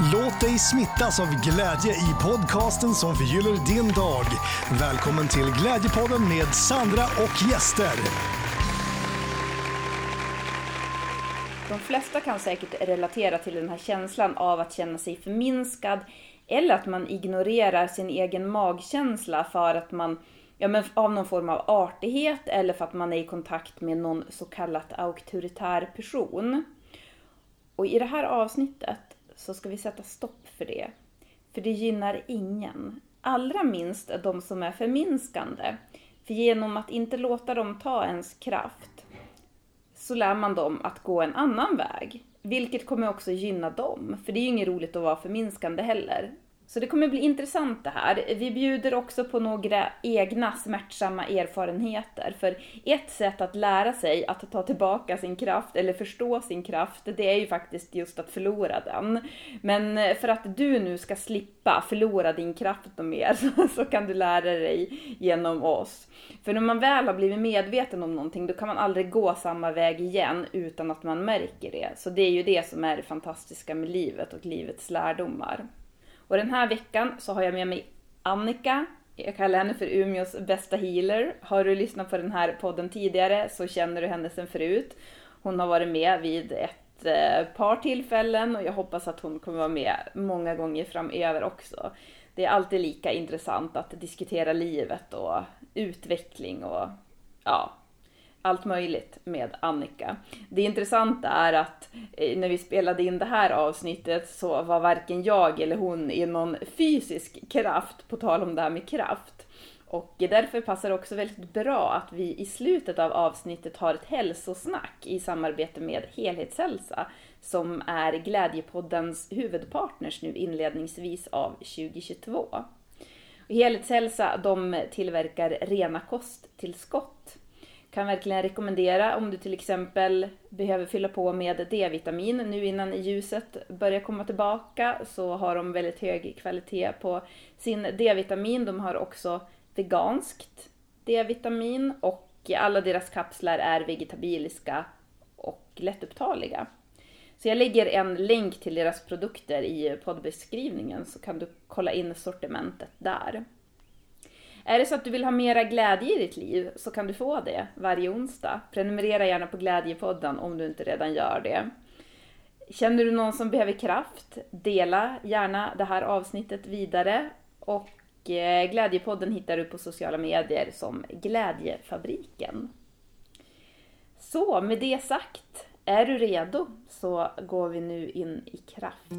Låt dig smittas av glädje i podcasten som förgyller din dag. Välkommen till Glädjepodden med Sandra och gäster. De flesta kan säkert relatera till den här känslan av att känna sig förminskad eller att man ignorerar sin egen magkänsla för att man av någon form av artighet eller för att man är i kontakt med någon så kallat auktoritär person. Och i det här avsnittet så ska vi sätta stopp för det. För det gynnar ingen. Allra minst de som är förminskande. För genom att inte låta dem ta ens kraft så lär man dem att gå en annan väg. Vilket kommer också gynna dem. För det är ju inget roligt att vara förminskande heller. Så det kommer bli intressant det här. Vi bjuder också på några egna smärtsamma erfarenheter. För ett sätt att lära sig att ta tillbaka sin kraft eller förstå sin kraft, det är ju faktiskt just att förlora den. Men för att du nu ska slippa förlora din kraft och mer så kan du lära dig genom oss. För när man väl har blivit medveten om någonting, då kan man aldrig gå samma väg igen utan att man märker det. Så det är ju det som är det fantastiska med livet och livets lärdomar. Och den här veckan så har jag med mig Annika. Jag kallar henne för Umeås bästa healer. Har du lyssnat på den här podden tidigare så känner du henne sedan förut. Hon har varit med vid ett par tillfällen och jag hoppas att hon kommer vara med många gånger framöver också. Det är alltid lika intressant att diskutera livet och utveckling och allt möjligt med Annika. Det intressanta är att när vi spelade in det här avsnittet så var varken jag eller hon i någon fysisk kraft, på tal om det här med kraft. Och därför passar det också väldigt bra att vi i slutet av avsnittet har ett hälsosnack i samarbete med Helhetshälsa som är Glädjepoddens huvudpartners nu inledningsvis av 2022. Och Helhetshälsa, de tillverkar rena kosttillskott. Kan verkligen rekommendera om du till exempel behöver fylla på med D-vitamin nu innan ljuset börjar komma tillbaka, så har de väldigt hög kvalitet på sin D-vitamin. De har också veganskt D-vitamin och alla deras kapslar är vegetabiliska och lättupptaliga. Så jag lägger en länk till deras produkter i poddbeskrivningen så kan du kolla in sortimentet där. Är det så att du vill ha mera glädje i ditt liv så kan du få det varje onsdag. Prenumerera gärna på Glädjepodden om du inte redan gör det. Känner du någon som behöver kraft? Dela gärna det här avsnittet vidare. Och Glädjepodden hittar du på sociala medier som Glädjefabriken. Så med det sagt, är du redo så går vi nu in i kraft.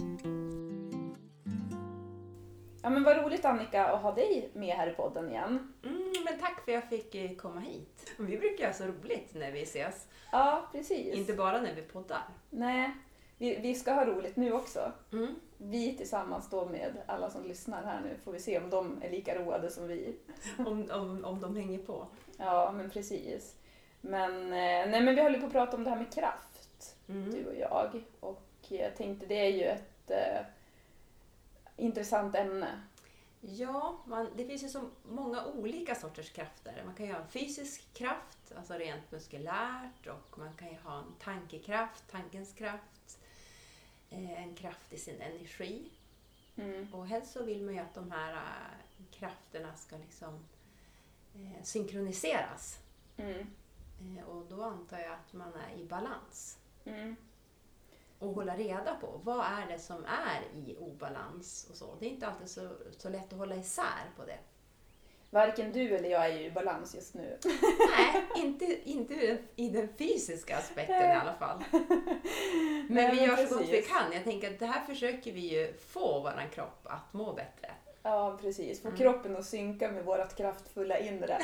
Ja, men vad roligt Annika att ha dig med här i podden igen. Men tack för att jag fick komma hit. Vi brukar ha så roligt när vi ses. Ja, precis. Inte bara när vi poddar. Nej, vi ska ha roligt nu också. Vi tillsammans då med alla som lyssnar här nu får vi se om de är lika roade som vi. om de hänger på. Ja, men precis. Men vi håller på att prata om det här med kraft, du och jag. Och jag tänkte det är ju ett intressant ämne. Ja, det finns ju så många olika sorters krafter. Man kan ju ha en fysisk kraft, alltså rent muskulärt, och man kan ju ha en tankekraft, tankens kraft, en kraft i sin energi. Och helst så vill man ju att de här krafterna ska liksom synkroniseras. Och då antar jag att man är i balans. Och hålla reda på vad är det som är i obalans och så. Det är inte alltid så lätt att hålla isär på det. Varken du eller jag är ju i balans just nu. Nej, inte i den fysiska aspekten i alla fall. Men vi gör så gott vi kan. Jag tänker att det här försöker vi ju få vår kropp att må bättre. Ja, precis. Få kroppen att synka med vårt kraftfulla inre.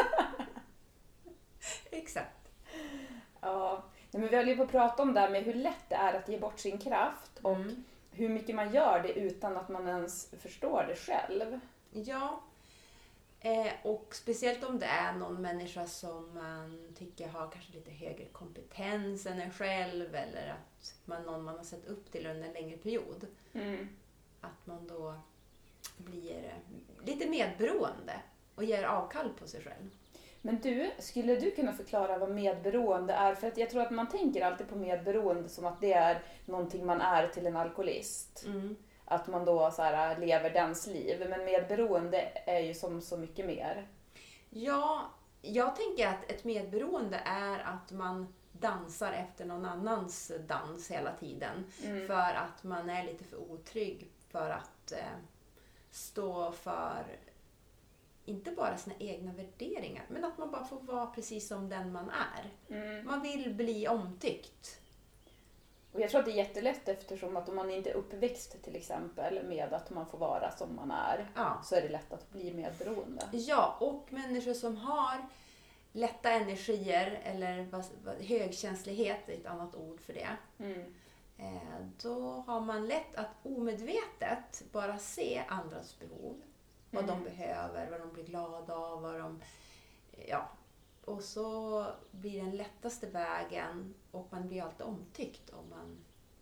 Exakt. Ja. Men vi håller ju på att prata om det här med hur lätt det är att ge bort sin kraft och hur mycket man gör det utan att man ens förstår det själv. Ja, och speciellt om det är någon människa som man tycker har kanske lite högre kompetens än en själv, eller att någon man har sett upp till under en längre period. Att man då blir lite medberoende och ger avkall på sig själv. Men skulle du kunna förklara vad medberoende är? För att jag tror att man tänker alltid på medberoende som att det är någonting man är till en alkoholist. Att man då så här, lever dens liv. Men medberoende är ju som så mycket mer. Ja, jag tänker att ett medberoende är att man dansar efter någon annans dans hela tiden. För att man är lite för otrygg för att stå för inte bara sina egna värderingar, men att man bara får vara precis som den man är. Man vill bli omtyckt. Och jag tror att det är jättelätt eftersom att om man inte är uppväxt till exempel med att man får vara som man är, så är det lätt att bli medberoende. Ja, och människor som har lätta energier eller högkänslighet är ett annat ord för det. Då har man lätt att omedvetet bara se andras behov. Vad de behöver, vad de blir glada av, vad de... Ja. Och så blir den lättaste vägen och man blir alltid omtyckt om man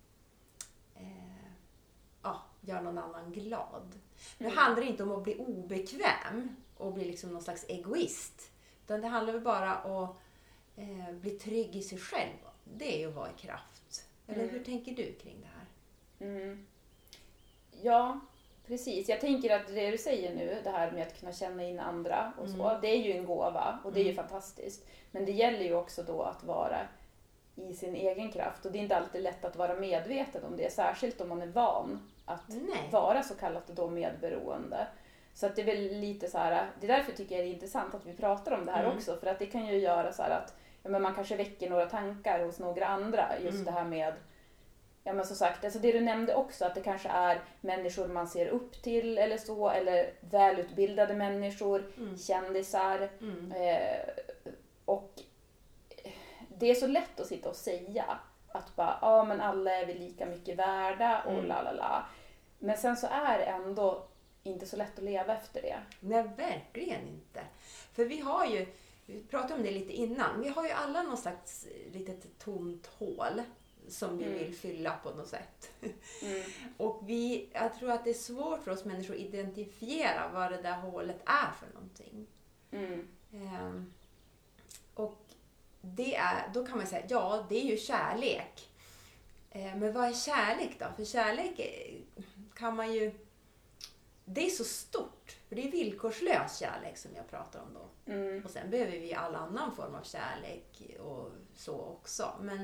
gör någon annan glad. Det handlar inte om att bli obekväm och bli liksom någon slags egoist. Utan det handlar väl bara om att bli trygg i sig själv. Det är ju att vara i kraft. Eller hur tänker du kring det här? Ja, precis. Jag tänker att det du säger nu, det här med att kunna känna in andra och så, det är ju en gåva och det är ju fantastiskt. Men det gäller ju också då att vara i sin egen kraft och det är inte alltid lätt att vara medveten om det, särskilt om man är van att vara så kallat då medberoende. Så att det är väl lite så här, det är därför tycker jag det är intressant att vi pratar om det här också, för att det kan ju göra så här att men man kanske väcker några tankar hos några andra, just det här med, ja men som sagt, alltså det du nämnde också, att det kanske är människor man ser upp till eller så, eller välutbildade människor, kändisar, och det är så lätt att sitta och säga att bara, men alla är väl lika mycket värda och lalala. Men sen så är det ändå inte så lätt att leva efter det. Nej, verkligen inte. För vi pratade om det lite innan, vi har ju alla någon slags litet tomt hål som vi vill fylla på något sätt. Och jag tror att det är svårt för oss människor att identifiera vad det där hålet är för någonting. Och då kan man säga, ja, det är ju kärlek. Men vad är kärlek då? För kärlek kan man ju... Det är så stort. För det är villkorslös kärlek som jag pratar om då. Och sen behöver vi all annan form av kärlek och så också. Men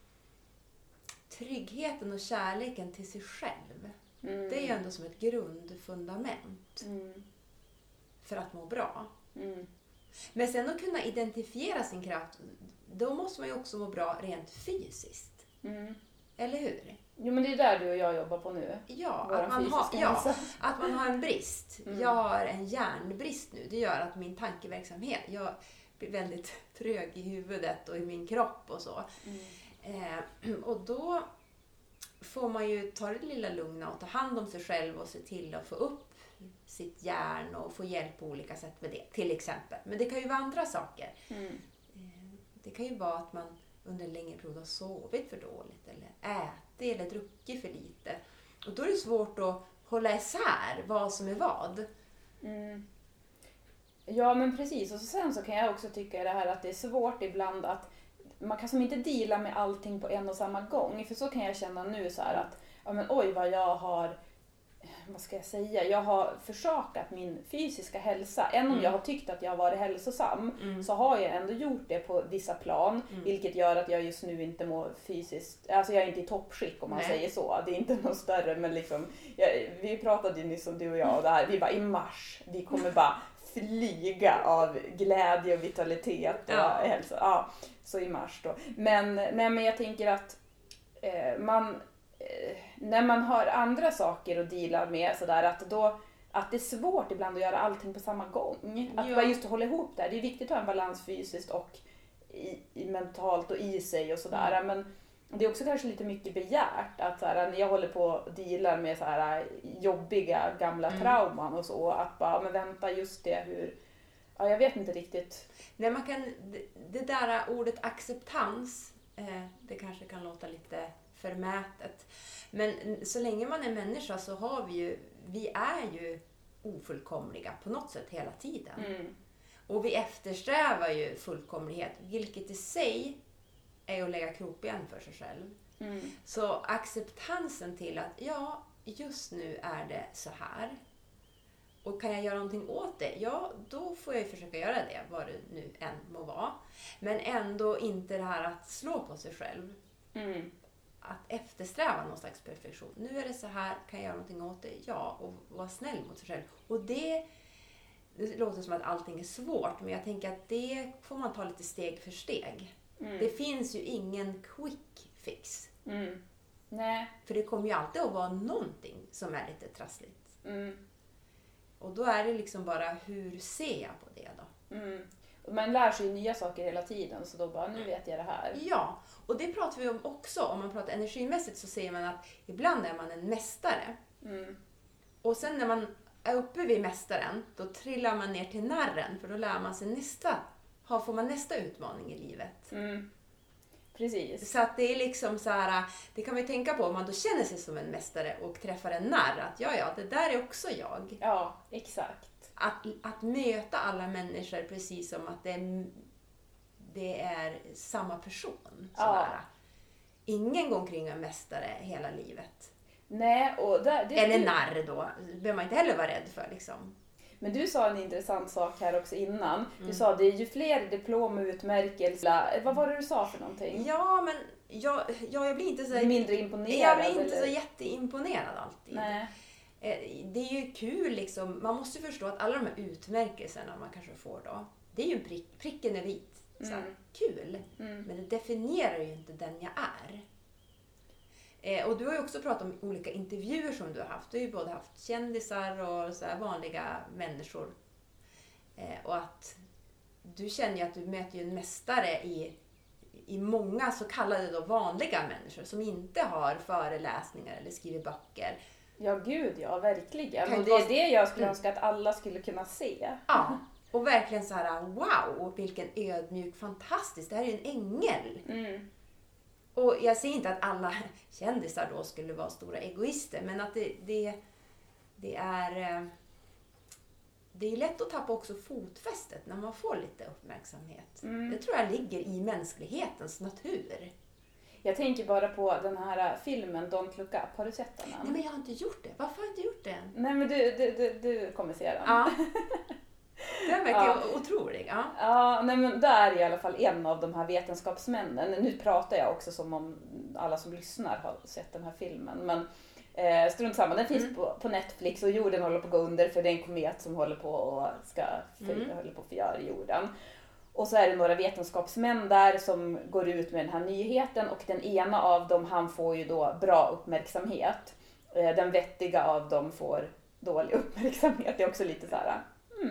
tryggheten och kärleken till sig själv, det är ju ändå som ett grundfundament för att må bra. Men sen att kunna identifiera sin kraft, då måste man ju också må bra rent fysiskt. Eller hur? Jo, men det är där du och jag jobbar på nu. Ja, att man har en brist. Jag har en hjärnbrist nu. Det gör att min tankeverksamhet, jag blir väldigt trög i huvudet och i min kropp och så. Och då får man ju ta det lilla lugna och ta hand om sig själv och se till att få upp sitt hjärn och få hjälp på olika sätt med det, till exempel. Men det kan ju vara andra saker. Det kan ju vara att man under en längre period har sovit för dåligt eller ätit eller druckit för lite. Och då är det svårt att hålla isär vad som är vad. Ja, men precis. Och sen så kan jag också tycka det här att det är svårt ibland att man kan som inte deala med allting på en och samma gång. För så kan jag känna nu så här att, ja men oj vad jag har, vad ska jag säga, jag har försakat min fysiska hälsa. Än om jag har tyckt att jag har varit hälsosam så har jag ändå gjort det på vissa plan. Vilket gör att jag just nu inte mår fysiskt, alltså jag är inte i toppskick om man säger så. Det är inte något större, men liksom, vi pratade ju nyss om du och jag och det här, vi bara i mars, vi kommer bara flyga av glädje och vitalitet och hälsa. Ja, så i mars då. Men jag tänker att när man har andra saker att deala med sådär, att det är svårt ibland att göra allting på samma gång. Att bara just hålla ihop det. Det är viktigt att ha en balans fysiskt och mentalt och i sig och sådär. Men det är också kanske lite mycket begärt att såhär, när jag håller på och dealar med såhär jobbiga gamla trauman och så, att bara, men vänta, just det, hur... Ja, jag vet inte riktigt. Nej, det där ordet acceptans, det kanske kan låta lite förmätet. Men så länge man är människa så har vi är ju ofullkomliga på något sätt hela tiden. Och vi eftersträvar ju fullkomlighet, vilket i sig är att lägga krokben för sig själv. Så acceptansen till att ja, just nu är det så här. Och kan jag göra någonting åt det? Ja, då får jag ju försöka göra det, vad det nu än må vara. Men ändå inte det här att slå på sig själv. Att eftersträva någon slags perfektion. Nu är det så här, kan jag göra någonting åt det? Ja, och vara snäll mot sig själv. Och det låter som att allting är svårt, men jag tänker att det får man ta lite steg för steg. Det finns ju ingen quick fix. Nej. För det kommer ju alltid att vara någonting som är lite trassligt. Och då är det liksom bara, hur ser jag på det då? Och man lär sig ju nya saker hela tiden, så då bara, nu vet jag det här. Ja, och det pratar vi om också. Om man pratar energimässigt så säger man att ibland är man en mästare. Och sen när man är uppe vid mästaren, då trillar man ner till narren. För då lär man sig får man nästa utmaning i livet. Precis. Så att det är liksom så här, det kan man ju tänka på om man då känner sig som en mästare och träffar en narr. Att ja, det där är också jag. Ja, exakt. Att möta alla människor precis som att det är samma person. Ingen går omkring en mästare hela livet. Nej, och eller narr då. Det behöver man inte heller vara rädd för liksom. Men du sa en intressant sak här också innan. Du sa det är ju fler diplom och utmärkelser. Vad var det du sa för någonting? Ja, men jag blir inte så... Mindre imponerad? Jag blir inte så jätteimponerad alltid. Nej. Det är ju kul liksom. Man måste förstå att alla de här utmärkelserna man kanske får då. Det är ju pricken är vit. Så här, kul. Men det definierar ju inte den jag är. Och du har ju också pratat om olika intervjuer som du har haft. Du har ju både haft kändisar och så här vanliga människor. Och att du känner ju att du möter ju en mästare i många så kallade då vanliga människor som inte har föreläsningar eller skriver böcker. Ja, gud ja, verkligen. Och det är det jag skulle önska att alla skulle kunna se. Ja, och verkligen så här, wow, vilken ödmjuk, fantastisk, det här är ju en ängel. Och jag säger inte att alla kändisar då skulle vara stora egoister, men att det är lätt att tappa också fotfästet när man får lite uppmärksamhet. Det tror jag ligger i mänsklighetens natur. Jag tänker bara på den här filmen Don't Look Up. Har du sett den? Nej, men jag har inte gjort det. Varför har jag inte gjort det? Nej, men du kommer se den. Ja. Den verkar otrolig. Ja, nej, men där är i alla fall en av de här vetenskapsmännen. Nu pratar jag också som om alla som lyssnar har sett den här filmen. Men strunt samma, den finns på Netflix och jorden håller på att gå under för det är en komet som håller på att förgöra jorden. Och så är det några vetenskapsmän där som går ut med den här nyheten och den ena av dem, han får ju då bra uppmärksamhet. Den vettiga av dem får dålig uppmärksamhet. Det är också lite så här.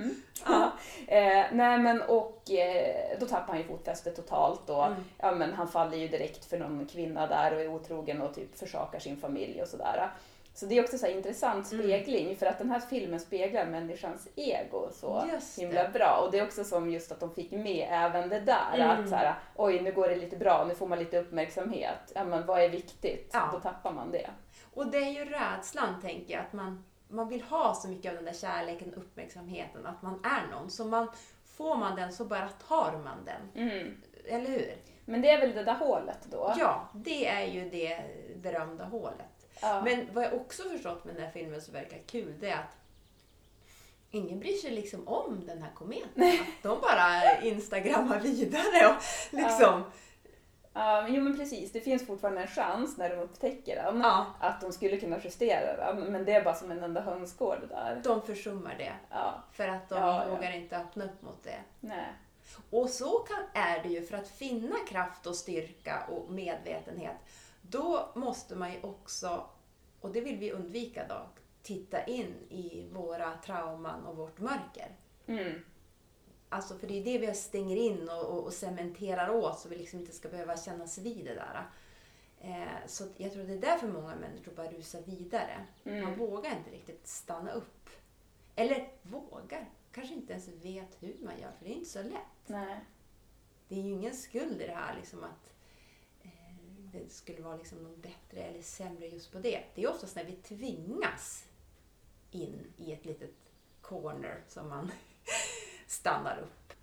Nej, men då tappar han ju fotfästet totalt och ja, men han faller ju direkt för någon kvinna där och är otrogen och typ försakar sin familj och sådär. Så det är också så här intressant spegling för att den här filmen speglar människans ego så himla bra. Och det är också som just att de fick med även det där att så här, oj, nu går det lite bra, nu får man lite uppmärksamhet. Ja, men vad är viktigt? Ja. Då tappar man det. Och det är ju rädslan, tänker jag, att man vill ha så mycket av den där kärleken och uppmärksamheten, att man är någon. Så får man den så bara tar man den. Eller hur? Men det är väl det där hålet då? Ja, det är ju det berömda hålet. Ja. Men vad jag också förstått med den här filmen så verkar kul, det är att ingen bryr sig liksom om den här kometen. De bara instagrammar vidare och liksom... Jo, men precis. Det finns fortfarande en chans när de upptäcker den att de skulle kunna justera den. Men det är bara som en enda hönsgård där. De försummar det. Ja. För att de vågar inte öppna upp mot det. Nej. Och så är det ju, för att finna kraft och styrka och medvetenhet. Då måste man ju också, och det vill vi undvika då, titta in i våra trauman och vårt mörker. Alltså, för det är det vi stänger in och cementerar åt så vi liksom inte ska behöva kännas vid det där. Så jag tror det är därför många människor bara rusar vidare. Man vågar inte riktigt stanna upp. Eller vågar. Kanske inte ens vet hur man gör, för det är inte så lätt. Nej. Det är ju ingen skuld i det här liksom att det skulle vara liksom något bättre eller sämre just på det. Det är oftast när vi tvingas in i ett litet corner som man stannar upp.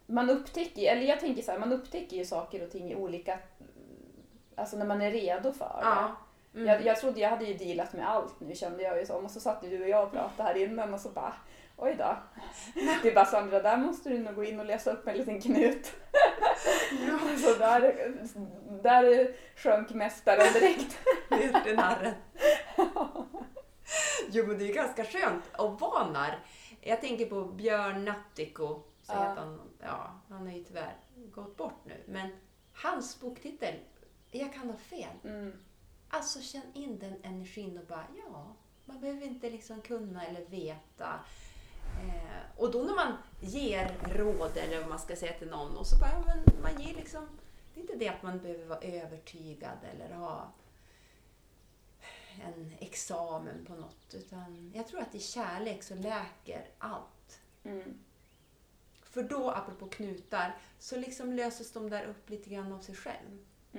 man upptäcker, eller jag tänker så här, man upptäcker ju saker och ting i olika, alltså när man är redo för det. Ja. Mm. Jag trodde jag hade ju dealat med allt nu, kände jag ju som. Och så satt du och jag och pratade här innan och så bara, oj då. Det är bara Sandra, där måste du nog gå in och läsa upp en liten knut. Ja. Så där sjönk mästaren direkt. Det är narren. Jo, men det är ganska skönt att vara narr. Jag tänker på Björn Natthiko. Så heter han, han är ju tyvärr gått bort nu. Men hans boktitel, jag kan ha fel. Alltså känn in den energin och bara, man behöver inte liksom kunna eller veta. Och då när man ger råd eller vad man ska säga till någon och så bara, men man ger liksom, det är inte det att man behöver vara övertygad eller ha en examen på något, utan jag tror att i kärlek så läker allt. För då, apropå knutar, så liksom löses de där upp lite grann av sig själv.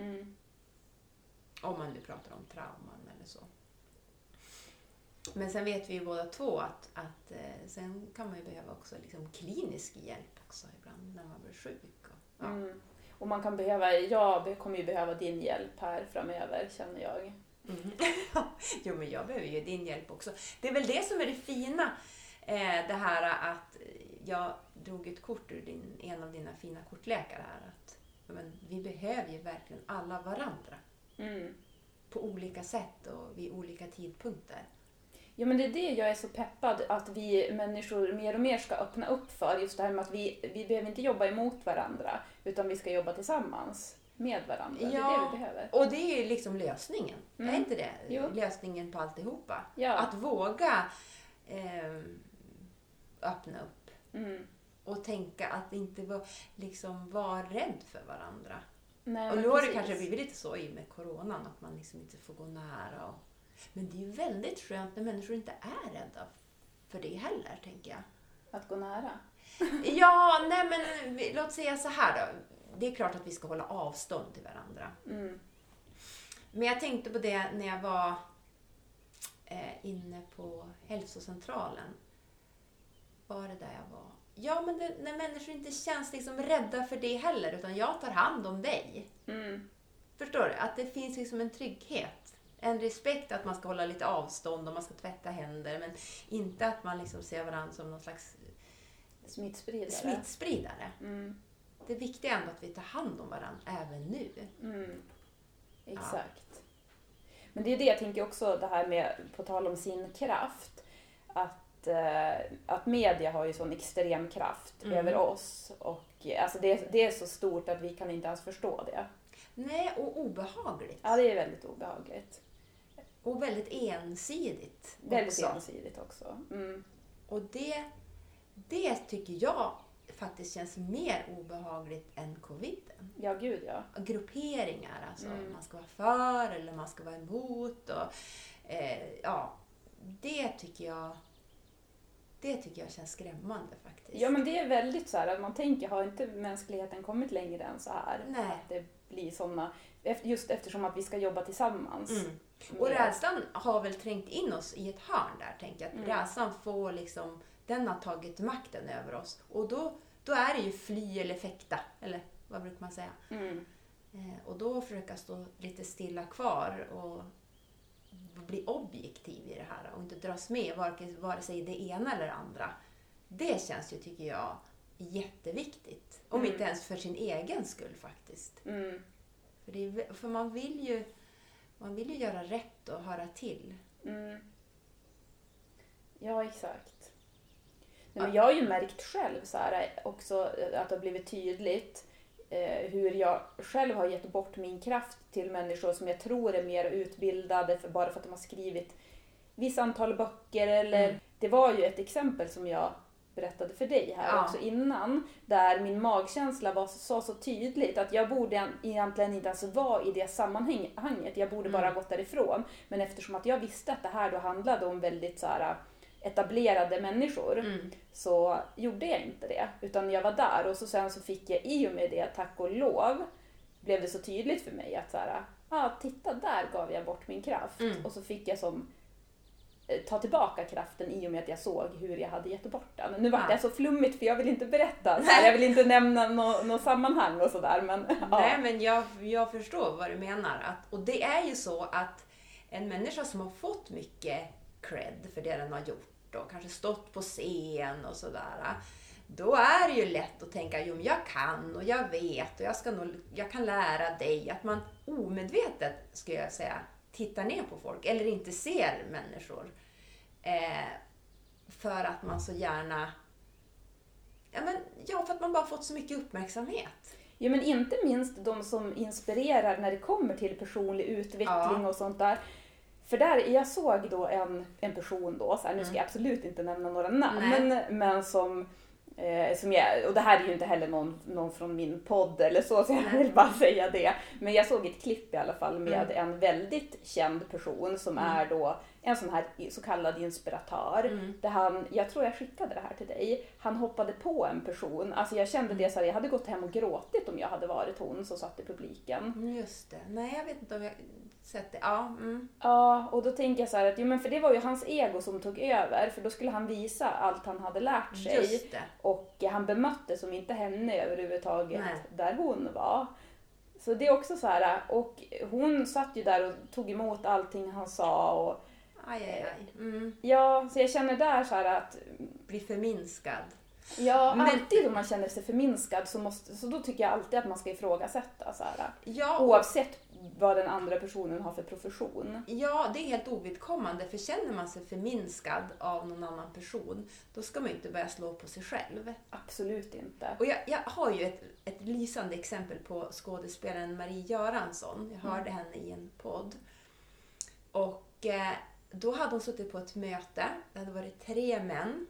Om man nu pratar om trauman eller så. Men sen vet vi ju båda två att sen kan man ju behöva också liksom klinisk hjälp också ibland när man blir sjuk. Och man kan behöva, jag kommer ju behöva din hjälp här framöver, känner jag. Jo, men jag behöver ju din hjälp också. Det är väl det som är det fina. Det här att jag drog ett kort ur en av dina fina kortläkare här. Att men, vi behöver ju verkligen alla varandra. På olika sätt och vid olika tidpunkter. Ja, men det är det jag är så peppad att vi människor mer och mer ska öppna upp för. Just det här med att vi behöver inte jobba emot varandra, utan vi ska jobba tillsammans med varandra. Ja, det är det vi behöver. Och det är ju liksom lösningen. Är inte det? Jo. Lösningen på alltihopa. Ja. Att våga öppna upp. Och tänka att inte vara rädd för varandra. Nej, och nu har det kanske blivit lite så i med coronan att man liksom inte får gå nära. Men det är ju väldigt skönt när människor inte är rädda för det heller, tänker jag. Att gå nära? Ja, nej men låt säga så här då. Det är klart att vi ska hålla avstånd till varandra. Men jag tänkte på det när jag var inne på hälsocentralen. Var det där jag var? Ja, men när människor inte känns liksom rädda för det heller, utan jag tar hand om dig. Förstår du? Att det finns liksom en trygghet. En respekt att man ska hålla lite avstånd och man ska tvätta händer. Men inte att man liksom ser varandra som någon slags smittspridare. Det viktiga är ändå att vi tar hand om varandra även nu. Exakt. Ja. Men det är det jag tänker också, det här med, på tal om sin kraft. Att media har ju sån extrem kraft över oss. Och alltså det är så stort att vi kan inte ens förstå det. Nej, och obehagligt. Ja, det är väldigt obehagligt. Och väldigt ensidigt. Väldigt ensidigt också. Och det tycker jag faktiskt känns mer obehagligt än coviden. Ja, gud ja. Grupperingar, alltså man ska vara för eller man ska vara emot. Och, det tycker jag känns skrämmande faktiskt. Ja, men det är väldigt så här att man tänker, har inte mänskligheten kommit längre än så här? Nej. Att det blir sådana, just eftersom att vi ska jobba tillsammans. Och rädslan har väl trängt in oss i ett hörn där, tänker jag. Att rädslan får liksom, den har tagit makten över oss. Och då är det ju fly eller fäkta, eller vad brukar man säga? Och då försöka stå lite stilla kvar och bli objektiv i det här och inte dras med vare sig det ena eller andra. Det känns ju, tycker jag, jätteviktigt. Om inte ens för sin egen skull faktiskt. För man vill ju göra rätt och höra till. Ja, exakt. Men jag har ju märkt själv så här också att det har blivit tydligt hur jag själv har gett bort min kraft till människor som jag tror är mer utbildade bara för att de har skrivit vissa antal böcker. Eller det var ju ett exempel som jag berättade för dig här också innan, där min magkänsla var så tydligt att jag borde egentligen inte ens vara i det sammanhanget. Jag borde bara gått därifrån. Men eftersom att jag visste att det här då handlade om väldigt så här etablerade människor så gjorde jag inte det, utan jag var där. Och sen så fick jag i och med det, tack och lov, blev det så tydligt för mig att så här, titta, där gav jag bort min kraft. Och så fick jag som ta tillbaka kraften i och med att jag såg hur jag hade gett bort den. Nu var det så flummigt för jag vill inte berätta. Jag vill inte nämna något sammanhang och sådär. Men, ja. Nej, men jag förstår vad du menar. Och det är ju så att en människa som har fått mycket cred för det den har gjort och kanske stått på scen och sådär. Då är det ju lätt att tänka, jo, jag kan och jag vet och jag kan lära dig. Att man omedvetet, skulle jag säga, tittar ner på folk eller inte ser människor. För att man så gärna... för att man bara fått så mycket uppmärksamhet. Ja, men inte minst de som inspirerar när det kommer till personlig utveckling och sånt där. För jag såg då en person då, så här, nu ska jag absolut inte nämna några namn, men som jag, och det här är ju inte heller någon från min podd eller så jag vill bara säga det. Men jag såg ett klipp i alla fall med en väldigt känd person som är då en sån här så kallad inspiratör. Där jag tror jag skickade det här till dig. Han hoppade på en person. Alltså jag kände det så här, jag hade gått hem och gråtit om jag hade varit hon som satt i publiken. Just det. Nej, jag vet inte om jag sett det. Ja, och då tänker jag så här att men för det var ju hans ego som tog över. För då skulle han visa allt han hade lärt sig. Just det. Och han bemötte som inte henne överhuvudtaget där hon var. Så det är också så här, och hon satt ju där och tog emot allting han sa och ja, så jag känner där så här att bli förminskad. Ja, alltid om man känner sig förminskad så då tycker jag alltid att man ska ifrågasätta så här. Ja, oavsett vad den andra personen har för profession. Ja, det är helt ovidkommande, för känner man sig förminskad av någon annan person, då ska man inte börja slå på sig själv. Absolut inte. Och jag har ju ett lysande exempel på skådespelaren Marie Göransson. Jag hörde henne i en podd. Och då hade hon suttit på ett möte. Det hade varit 3 män.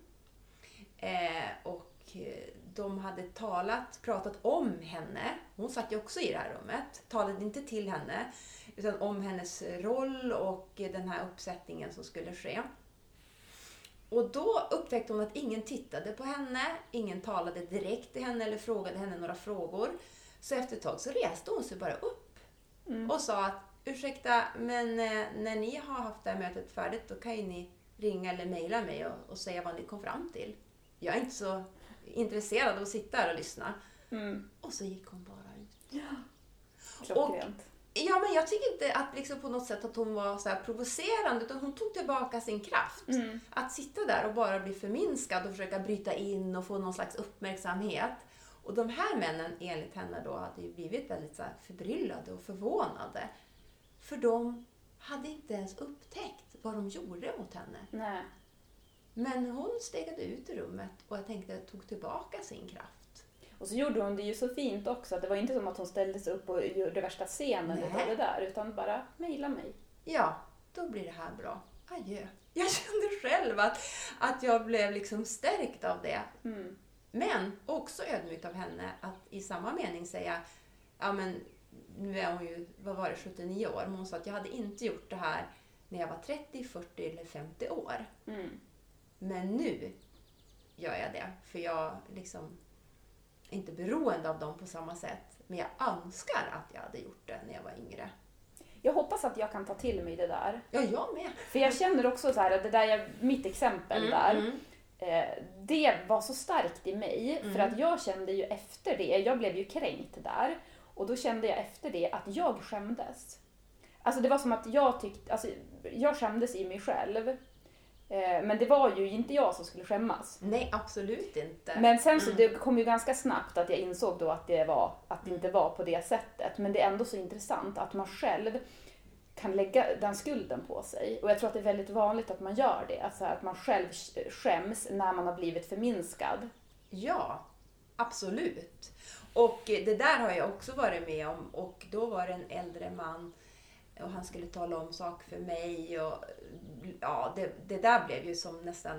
Och de hade pratat om henne. Hon satt ju också i det här rummet. Talade inte till henne, utan om hennes roll och den här uppsättningen som skulle ske. Och då upptäckte hon att ingen tittade på henne. Ingen talade direkt till henne eller frågade henne några frågor. Så efter ett tag så reste hon sig bara upp. Och sa att ursäkta, men när ni har haft det här mötet färdigt, då kan ju ni ringa eller mejla mig och säga vad ni kom fram till. Jag är inte så intresserad av att sitta här och lyssna. Och så gick hon bara ut. Ja, klockrent. Ja, men jag tycker inte att liksom på något sätt att hon var så här provocerande, utan hon tog tillbaka sin kraft. Att sitta där och bara bli förminskad och försöka bryta in och få någon slags uppmärksamhet. Och de här männen, enligt henne då, hade ju blivit väldigt så här förbryllade och förvånade. För de hade inte ens upptäckt vad de gjorde mot henne. Nej. Men hon stegade ut i rummet och jag tänkte tog tillbaka sin kraft. Och så gjorde hon det ju så fint också. Det var inte som att hon ställde sig upp och gjorde värsta scenen av det där. Utan bara mejla mig. Ja, då blir det här bra. Adjö. Jag kände själv att jag blev liksom stärkt av det. Men också ödmjukt av henne att i samma mening säga, ja men nu är hon ju, vad var det, 79 år. Men hon sa att jag hade inte gjort det här när jag var 30, 40 eller 50 år. Men nu gör jag det. För jag liksom är inte beroende av dem på samma sätt. Men jag önskar att jag hade gjort det när jag var yngre. Jag hoppas att jag kan ta till mig det där. Ja, jag med. För jag känner också så här att det där mitt exempel där. Det var så starkt i mig. För att jag kände ju efter det. Jag blev ju kränkt där. Och då kände jag efter det att jag skämdes. Alltså det var som att jag skämdes i mig själv. Men det var ju inte jag som skulle skämmas. Nej, absolut inte. Men sen så det kom ju ganska snabbt att jag insåg då att det inte var på det sättet. Men det är ändå så intressant att man själv kan lägga den skulden på sig. Och jag tror att det är väldigt vanligt att man gör det. Alltså att man själv skäms när man har blivit förminskad. Ja, absolut. Och det där har jag också varit med om. Och då var det en äldre man och han skulle tala om saker för mig. Och ja, det där blev ju som nästan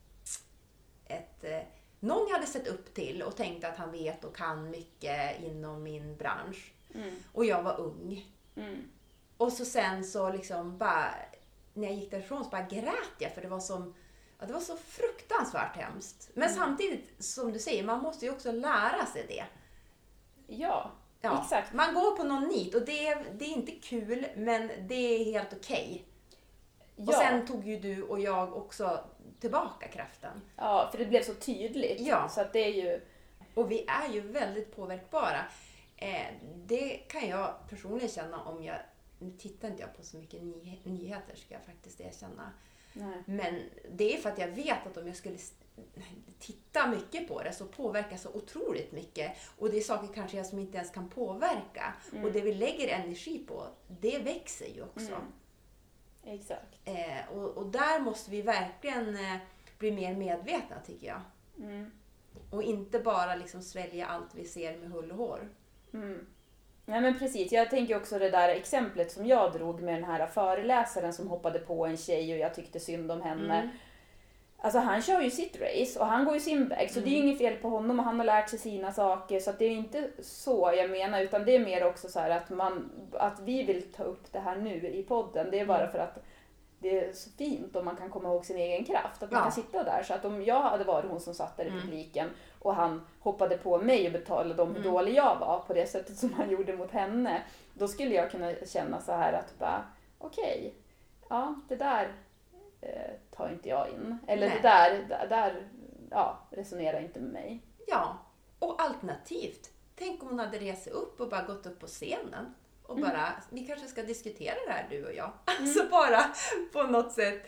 någon jag hade sett upp till och tänkte att han vet och kan mycket inom min bransch. Och jag var ung. Och så sen så liksom bara, när jag gick därifrån så bara grät jag, för det var så fruktansvärt hemskt. Men samtidigt, som du säger, man måste ju också lära sig det. Ja, exakt. Man går på någon nit och det är inte kul, men det är helt okej. Ja. Och sen tog ju du och jag också tillbaka kraften. Ja, för det blev så tydligt. Ja. Så att det är ju... Och vi är ju väldigt påverkbara. Det kan jag personligen känna om jag... Nu tittar inte jag på så mycket nyheter, ska jag faktiskt erkänna. Nej. Men det är för att jag vet att om jag skulle titta mycket på det så påverkas så otroligt mycket. Och det är saker kanske jag som inte ens kan påverka. Och det vi lägger energi på, det växer ju också. Exakt. Och där måste vi verkligen bli mer medvetna, tycker jag. Och inte bara liksom svälja allt vi ser med hull och hår. Nej men precis, jag tänker också det där exemplet som jag drog med den här föreläsaren som hoppade på en tjej och jag tyckte synd om henne. Alltså han kör ju sitt race och han går ju sin väg, så det är ju inget fel på honom och han har lärt sig sina saker, så att det är inte så jag menar, utan det är mer också så här att vi vill ta upp det här nu i podden, det är bara för att det är så fint om man kan komma ihåg sin egen kraft, att man kan sitta där. Så att om jag hade varit hon som satt där i publiken och han hoppade på mig och betalade om hur dålig jag var på det sättet som han gjorde mot henne, då skulle jag kunna känna så här att bara okej, ja det där tar inte jag in. Eller det där resonerar inte med mig. Ja, och alternativt, tänk om hon hade rest upp och bara gått upp på scenen. Och bara, vi kanske ska diskutera det här du och jag. Alltså bara på något sätt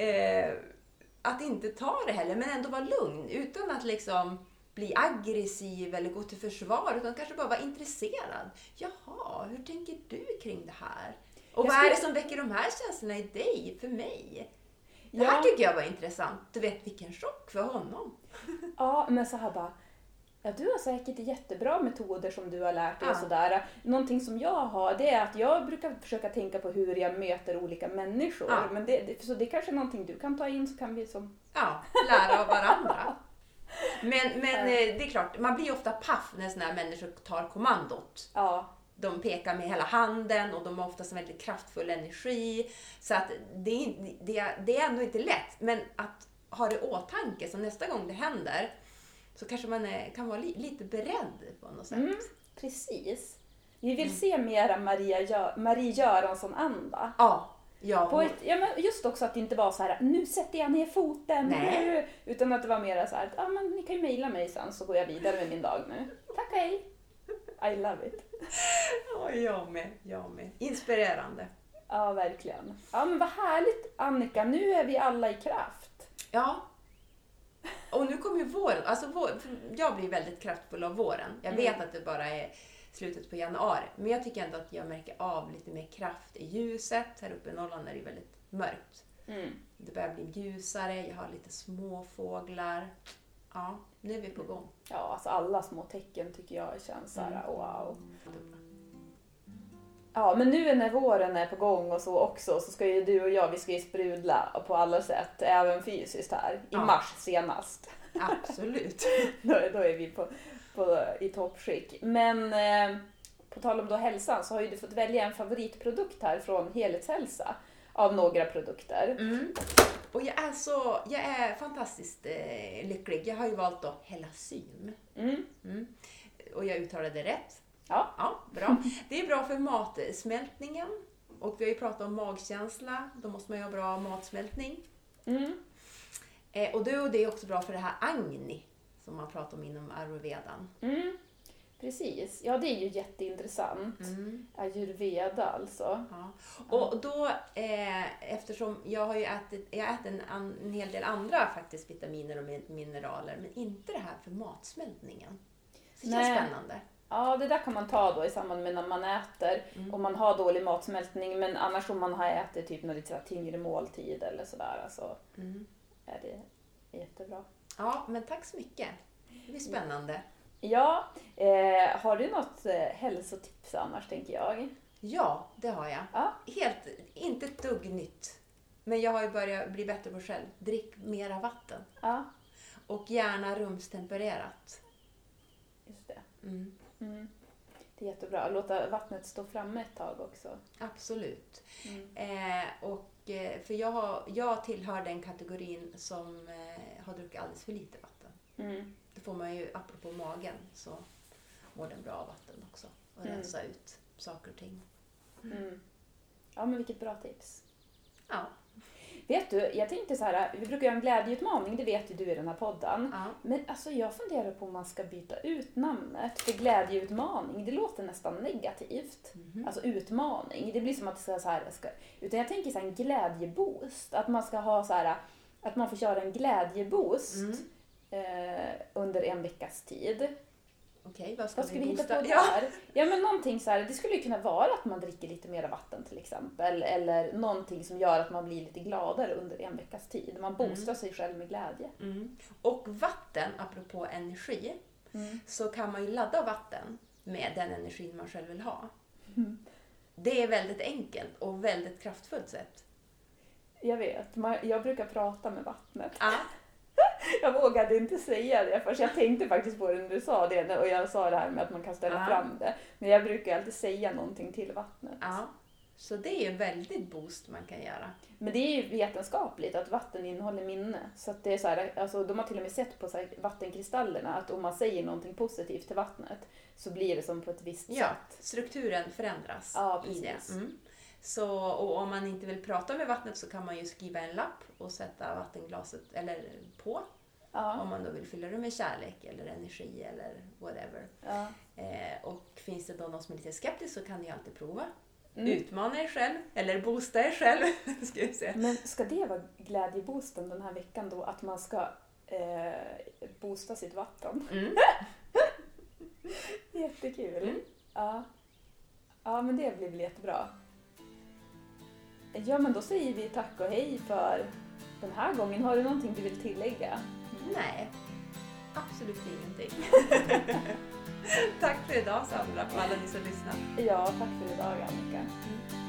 att inte ta det heller, men ändå vara lugn. Utan att liksom bli aggressiv eller gå till försvar, utan kanske bara vara intresserad. Jaha, hur tänker du kring det här? Och vad är det som väcker de här känslorna i dig, för mig? Det här tycker jag var intressant. Du vet vilken chock för honom. Ja, men så här bara, ja du har säkert jättebra metoder som du har lärt dig och sådär. Någonting som jag har, det är att jag brukar försöka tänka på hur jag möter olika människor. Ja. Men så det är kanske någonting du kan ta in, så kan vi som... Ja, lära av varandra. Men det är klart, man blir ofta paff när såna här människor tar kommandot. Ja. De pekar med hela handen och de har oftast en väldigt kraftfull energi. Så att det är ändå inte lätt. Men att ha det i åtanke, så nästa gång det händer så kanske man kan vara lite beredd på något sätt. Precis. Vi vill se mera Marie Göransson-anda. Ja. Men just också att det inte var så här, nu sätter jag ner foten. Nej. Utan att det var mera så här, men ni kan ju mejla mig sen så går jag vidare med min dag nu. Tack, hej. I love it. Ja, jag med. Inspirerande. Ja, verkligen. Ja, men vad härligt, Annika. Nu är vi alla i kraft. Ja. Och nu kommer ju våren. Alltså jag blir väldigt kraftfull av våren. Jag vet att det bara är slutet på januari. Men jag tycker ändå att jag märker av lite mer kraft i ljuset. Här uppe i Norrland är det väldigt mörkt. Det börjar bli ljusare. Jag har lite små fåglar. Ja, nu är vi på gång. Ja, alltså alla små tecken tycker jag känns så här, wow. Ja, men nu när våren är på gång och så också, så ska ju du och jag, vi ska ju sprudla på alla sätt, även fysiskt här, i mars senast. Absolut. då är vi i toppskick. Men på tal om då hälsan, så har ju du fått välja en favoritprodukt här från Helhetshälsa av några produkter. Och jag är fantastiskt lycklig. Jag har ju valt då Hellasyn. Och jag uttalade det rätt. Ja, bra. Det är bra för matsmältningen. Och vi har ju pratat om magkänsla. Då måste man ju ha bra matsmältning. Och det är också bra för det här Agni som man pratar om inom Ayurvedan. Precis. Ja, det är ju jätteintressant. Ayurveda alltså. Ja. Och då, eftersom jag äter en hel del andra faktiskt vitaminer och mineraler, men inte det här för matsmältningen. Så det känns spännande. Ja, det där kan man ta då i samband med när man äter. Om man har dålig matsmältning, men annars om man har ätit typ någon lite tyngre måltid eller sådär, så är det jättebra. Ja, men tack så mycket. Det blir spännande. Ja, har du något hälsotips annars, tänker jag? Ja, det har jag. Ja. Inte ett dugg nytt. Men jag har ju börjat bli bättre på själv. Drick mera vatten. Ja. Och gärna rumstempererat. Just det. Det är jättebra. Låta vattnet stå framme ett tag också. Absolut. För jag tillhör den kategorin som har druckit alldeles för lite vatten. Det får man ju, apropå magen, så mår den bra av vatten också. Och rensa ut saker och ting. Ja, men vilket bra tips. Ja. Vet du, jag tänkte så här, vi brukar göra en glädjeutmaning, det vet ju du i den här podden. Ja. Men alltså jag funderar på om man ska byta ut namnet, för glädjeutmaning, det låter nästan negativt. Alltså utmaning, det blir som att det ska så här, utan jag tänker så här en glädjeboost, att man ska ha så här, att man får köra en glädjeboost under en veckas tid. Okej, vad Vad ska vi hitta boosta? på där? Ja, men någonting så här, det skulle ju kunna vara att man dricker lite mer vatten till exempel. Eller någonting som gör att man blir lite gladare under en veckas tid. Man boostar sig själv med glädje. Och vatten, apropå energi, så kan man ju ladda vatten med den energin man själv vill ha. Det är väldigt enkelt och väldigt kraftfullt sätt. Jag vet, jag brukar prata med vattnet. Ja. Jag vågade inte säga det för jag tänkte faktiskt på det när du sa det och jag sa det här med att man kan ställa fram det. Men jag brukar alltid säga någonting till vattnet. Ja, så det är väldigt boost man kan göra. Men det är ju vetenskapligt att vatten innehåller minne. Så att det är så här, alltså de har till och med sett på så här vattenkristallerna att om man säger någonting positivt till vattnet så blir det som på ett visst sätt. Strukturen förändras i det. Så, och om man inte vill prata med vattnet så kan man ju skriva en lapp och sätta vattenglaset eller på. Ja. Om man då vill fylla det med kärlek eller energi eller whatever. Ja. Och finns det då någon som är lite skeptisk så kan ni alltid prova. Utmana er själv eller boosta er själv. Ska vi se. Men ska det vara glädjeboosten den här veckan då? Att man ska boosta sitt vatten? Jättekul. Ja. Ja, men det blir väl jättebra. Ja, men då säger vi tack och hej för den här gången. Har du någonting du vill tillägga? Nej, absolut ingenting. Tack för idag Sandra, för alla ni som lyssnar. Ja, tack för idag Annika.